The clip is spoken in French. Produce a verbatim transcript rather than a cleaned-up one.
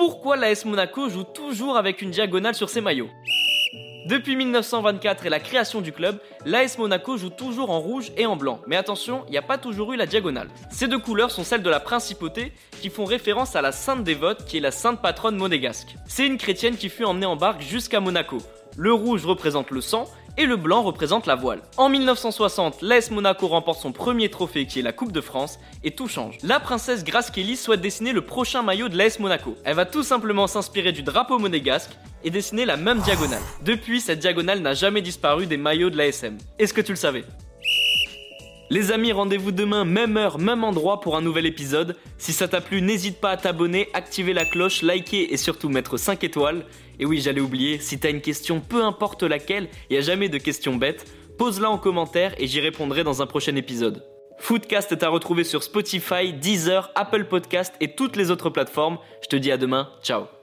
Pourquoi l'A S Monaco joue toujours avec une diagonale sur ses maillots ? Depuis mille neuf cent vingt-quatre et la création du club, l'A S Monaco joue toujours en rouge et en blanc. Mais attention, il n'y a pas toujours eu la diagonale. Ces deux couleurs sont celles de la principauté qui font référence à la sainte dévote qui est la sainte patronne monégasque. C'est une chrétienne qui fut emmenée en barque jusqu'à Monaco. Le rouge représente le sang et le blanc représente la voile. En mille neuf cent soixante, l'A S Monaco remporte son premier trophée qui est la Coupe de France et tout change. La princesse Grace Kelly souhaite dessiner le prochain maillot de l'A S Monaco. Elle va tout simplement s'inspirer du drapeau monégasque et dessiner la même diagonale. Depuis, cette diagonale n'a jamais disparu des maillots de l'A S M. Est-ce que tu le savais ? Les amis, rendez-vous demain, même heure, même endroit pour un nouvel épisode. Si ça t'a plu, n'hésite pas à t'abonner, activer la cloche, liker et surtout mettre cinq étoiles. Et oui, j'allais oublier, si t'as une question, peu importe laquelle, il n'y a jamais de questions bêtes, pose-la en commentaire et j'y répondrai dans un prochain épisode. Footcast est à retrouver sur Spotify, Deezer, Apple Podcast et toutes les autres plateformes. Je te dis à demain, ciao.